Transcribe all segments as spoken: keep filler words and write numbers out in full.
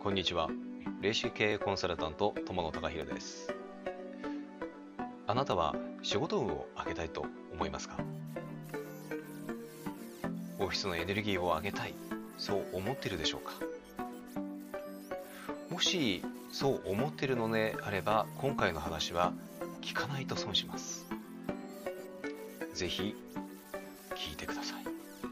こんにちは。霊視経営コンサルタント友野隆弘です。あなたは仕事運を上げたいと思いますか？オフィスのエネルギーを上げたい、そう思っているでしょうか？もしそう思っているのであれば、今回の話は聞かないと損します。ぜひ聞いてください。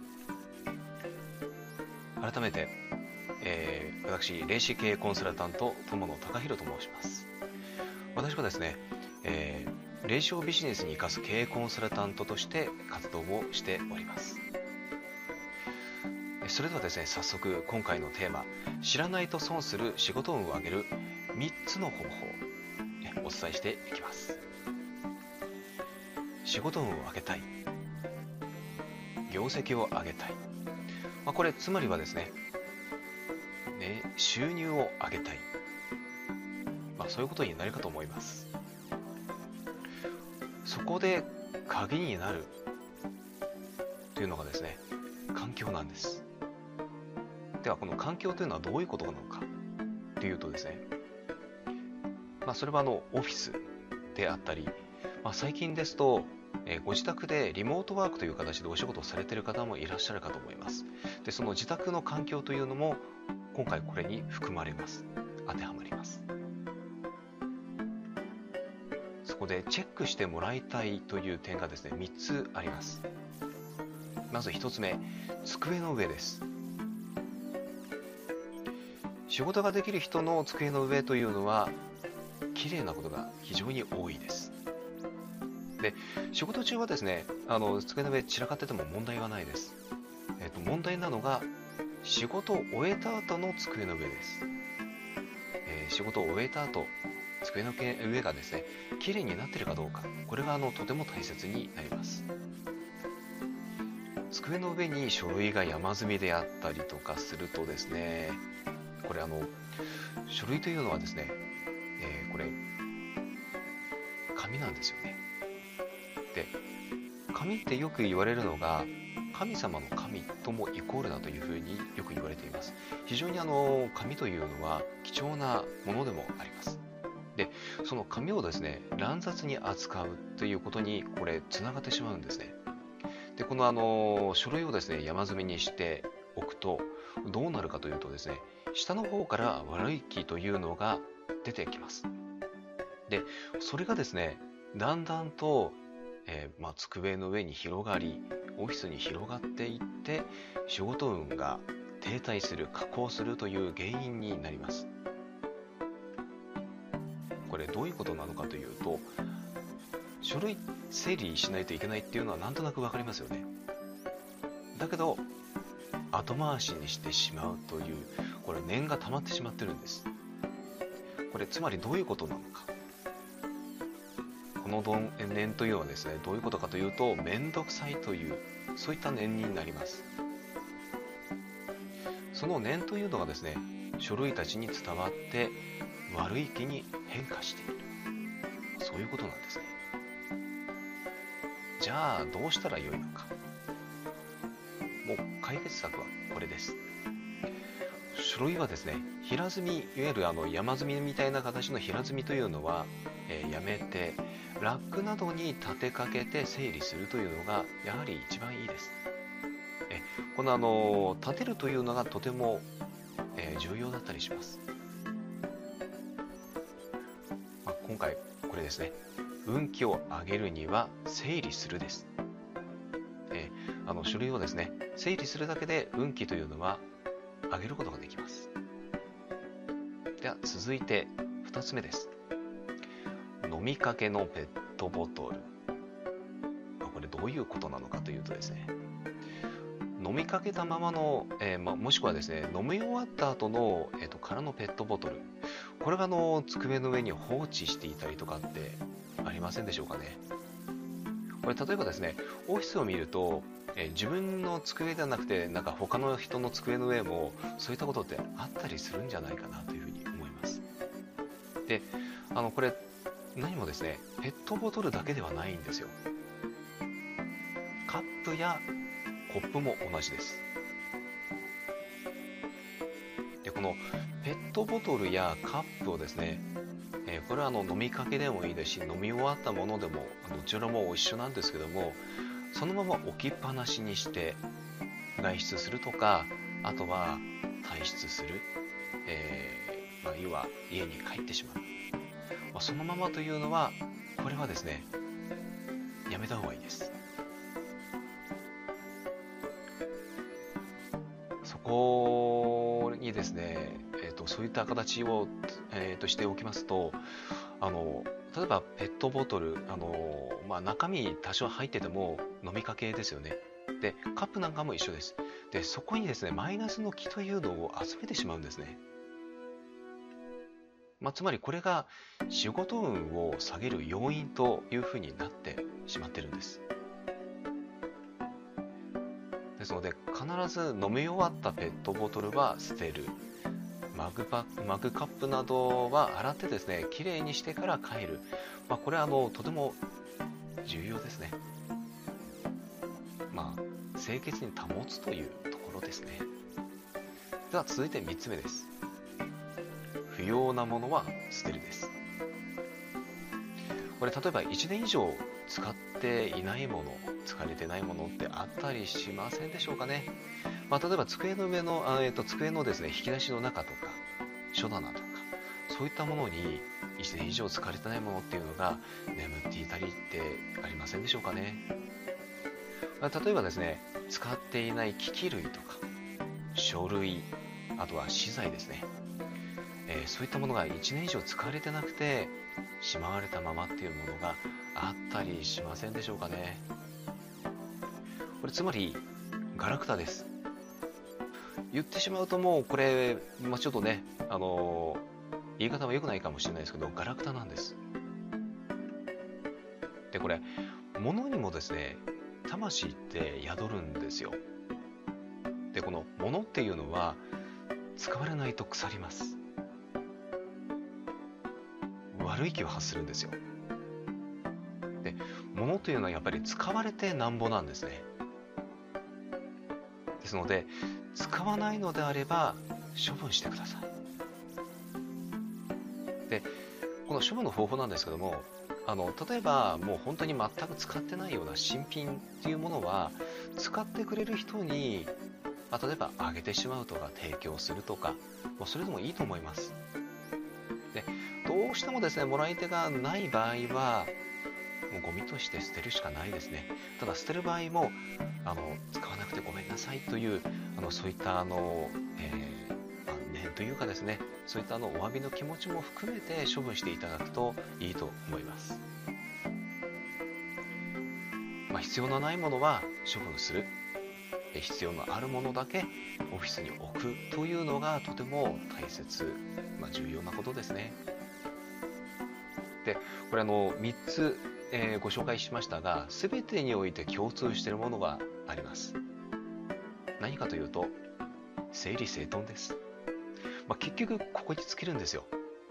改めて、えー、私霊視経営コンサルタント友野隆弘と申します。私はですね、えー、霊視をビジネスに生かす経営コンサルタントとして活動をしております。それではですね、早速今回のテーマ、知らないと損する仕事運を上げるみっつの方法をお伝えしていきます。仕事運を上げたい、業績を上げたい、まあ、これつまりはですね、ね収入を上げたい、まあ、そういうことになるかと思います。そこで鍵になるというのがですね、環境なんです。ではこの環境というのはどういうことなのかというとですね、まあ、それはあのオフィスであったり、まあ、最近ですと、えー、ご自宅でリモートワークという形でお仕事をされている方もいらっしゃるかと思います。で、その自宅の環境というのも今回これに含まれます。当てはまります。そこでチェックしてもらいたいという点がですね、みっつあります。まずひとつめ、机の上です。仕事ができる人の机の上というのは綺麗なことが非常に多いです。で、仕事中はですね、あの机の上散らかってても問題はないです。えっと、問題なのが仕事を終えた後の机の上です。えー、仕事を終えた後、机の上がですね、綺麗になっているかどうか、これがあのとても大切になります。机の上に書類が山積みであったりとかするとですね、これあの書類というのはですね、えー、これ紙なんですよね。で、紙ってよく言われるのが神様の神ともイコールだというふうによく言われています。非常にあの紙というのは貴重なものでもあります。で、その紙をですね、乱雑に扱うということにこれつながってしまうんですね。で、このあの書類をですね、山積みにしておくとどうなるかというとですね、下の方から悪い気というのが出てきます。で、それがですね、だんだんと、えーまあ、机の上に広がり、オフィスに広がっていって、仕事運が停滞する、下降するという原因になります。これどういうことなのかというと、書類整理しないといけないっていうのはなんとなくわかりますよね。だけど、後回しにしてしまうという、これ念が溜まってしまってるんです。これつまりどういうことなのか。この念というのはですね、どういうことかというと、めんどくさいという、そういった念になります。その念というのがですね、書類たちに伝わって悪い気に変化している。そういうことなんですね。じゃあどうしたらよいのか。もう解決策はこれです。書類はですね、平積み、いわゆるあの山積みみたいな形の平積みというのは、えー、やめて、ラックなどに立てかけて整理するというのがやはり一番いいです。えこのあの立てるというのがとても、えー、重要だったりします。まあ、今回これですね、運気を上げるには整理するです。えー、あの書類をですね、整理するだけで運気というのは上げることができます。では続いてふたつめです。飲みかけのペットボトル。これどういうことなのかというとですね、飲みかけたままの、えーま、もしくはですね、飲み終わった後の、えーと、空のペットボトル、これがあの机の上に放置していたりとかってありませんでしょうかね。これ例えばですね、オフィスを見ると、えー、自分の机ではなくて、なんか他の人の机の上もそういったことってあったりするんじゃないかなというふうに思います。で、あのこれ何もですね、ペットボトルだけではないんですよ。カップやコップも同じです。で、このペットボトルやカップをですね、えーこれはあの飲みかけでもいいですし、飲み終わったものでもどちらも一緒なんですけども、そのまま置きっぱなしにして外出するとか、あとは退出する、えーまあ、要は家に帰ってしまう、まあ、そのままというのは、これはですね、やめた方がいいです。そこにですね、えーと、そういった形を、えーとしておきますと、あの例えばペットボトル、あの、まあ、中身多少入ってても飲みかけですよね。で、カップなんかも一緒です。で、そこにですね、マイナスの気というのを集めてしまうんですね。まあ、つまりこれが仕事運を下げる要因というふうになってしまってるんです。ですので、必ず飲み終わったペットボトルは捨てる。マグパマグカップなどは洗ってですね、きれいにしてから帰る。まあ、これはあのとても重要ですね。まあ、清潔に保つというところですね。では続いてみっつめです。不要なものは捨てるです。これ例えばいちねん以上使っていないもの、使われてないものってあったりしませんでしょうかね。まあ、例えば机の上の、あえーと、机のですね、引き出しの中とか、書棚とか、そういったものにいちねん以上使われてないものっていうのが眠っていたりってありませんでしょうかね。まあ、例えばですね、使っていない機器類とか、書類、あとは資材ですね。えー、そういったものがいちねん以上使われてなくて、しまわれたままっていうものがあったりしませんでしょうかね。これつまり、ガラクタです。言ってしまうともうこれ、まあ、ちょっとね、あのー、言い方は良くないかもしれないですけど、ガラクタなんです。で、これ、物にもですね、魂って宿るんですよ。で、この物っていうのは、使われないと腐ります。悪い気を発するんですよ。で、物というのはやっぱり使われてなんぼなんですね。ですので、使わないのであれば処分してください。で、この処分の方法なんですけども、あの例えばもう本当に全く使ってないような新品っていうものは、使ってくれる人に、まあ、例えばあげてしまうとか提供するとか、もうそれでもいいと思います。で、どうしてもですね、もらい手がない場合はもうゴミとして捨てるしかないですね。ただ捨てる場合も、あの使わなくてごめんなさいという、あのそういったあの、えーまあ、念というかですね、そういったあのお詫びの気持ちも含めて処分していただくといいと思います。まあ、必要のないものは処分する。必要のあるものだけオフィスに置くというのがとても大切、まあ、重要なことですね。で、これあのみっつ、えー、ご紹介しましたが、全てにおいて共通しているものがあります。何かというと、整理整頓です。まあ、結局ここに尽きるんですよ。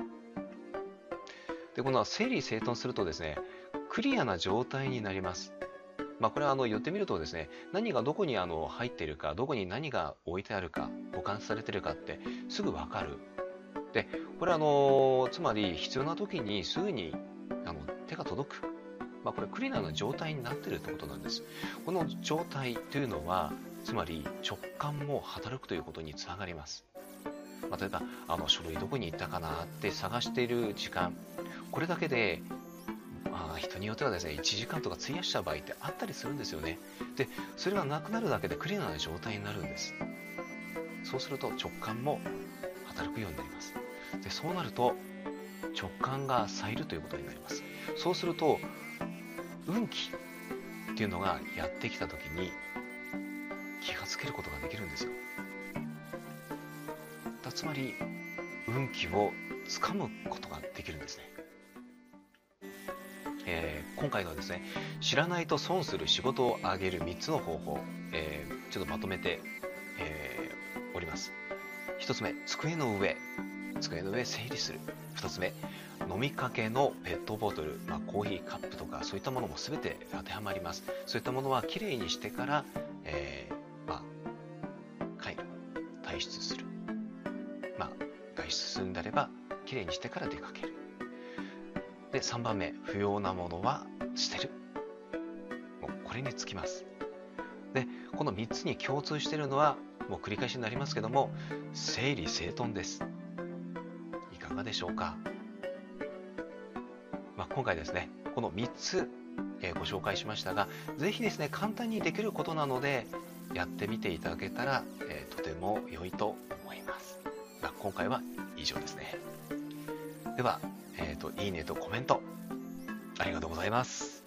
で、この整理整頓するとですね、クリアな状態になります。まあ、これはあの言ってみるとですね、何がどこにあの入っているか、どこに何が置いてあるか、保管されているかってすぐ分かる。で、これはあのつまり必要な時にすぐにあの手が届く。まあ、これクリアな状態になっているってことなんです。この状態というのは、つまり直感も働くということにつながります。まあ、例えばあの書類どこに行ったかなって探している時間、これだけで、まあ、人によってはですねいちじかんとか費やした場合ってあったりするんですよね。で、それがなくなるだけでクリアな状態になるんです。そうすると直感も働くようになります。で、そうなると直感が冴えるということになります。そうすると運気っていうのがやってきた時に気がつけることができるんですよ。だつまり運気をつかむことができるんですね。えー、今回はですね、知らないと損する仕事を上げるみっつの方法、えー、ちょっとまとめて、えー、おります。ひとつめ、机の上机の上整理する。ふたつめ、飲みかけのペットボトル、まあ、コーヒーカップとかそういったものも全て当てはまります。そういったものはきれいにしてから、えーまあ、帰る、退出する。 まあ、外出するんであればきれいにしてから出かける。で、さんばんめ、不要なものは捨てる。もうこれにつきます。で、このみっつに共通しているのは、もう繰り返しになりますけども、整理整頓です。いかがでしょうか。まあ、今回ですね、このみっつ、えーご紹介しましたが、ぜひですね、簡単にできることなので、やってみていただけたら、えーとても良いと思います。まあ、今回は以上ですね。では、えーと、いいねとコメント、ありがとうございます。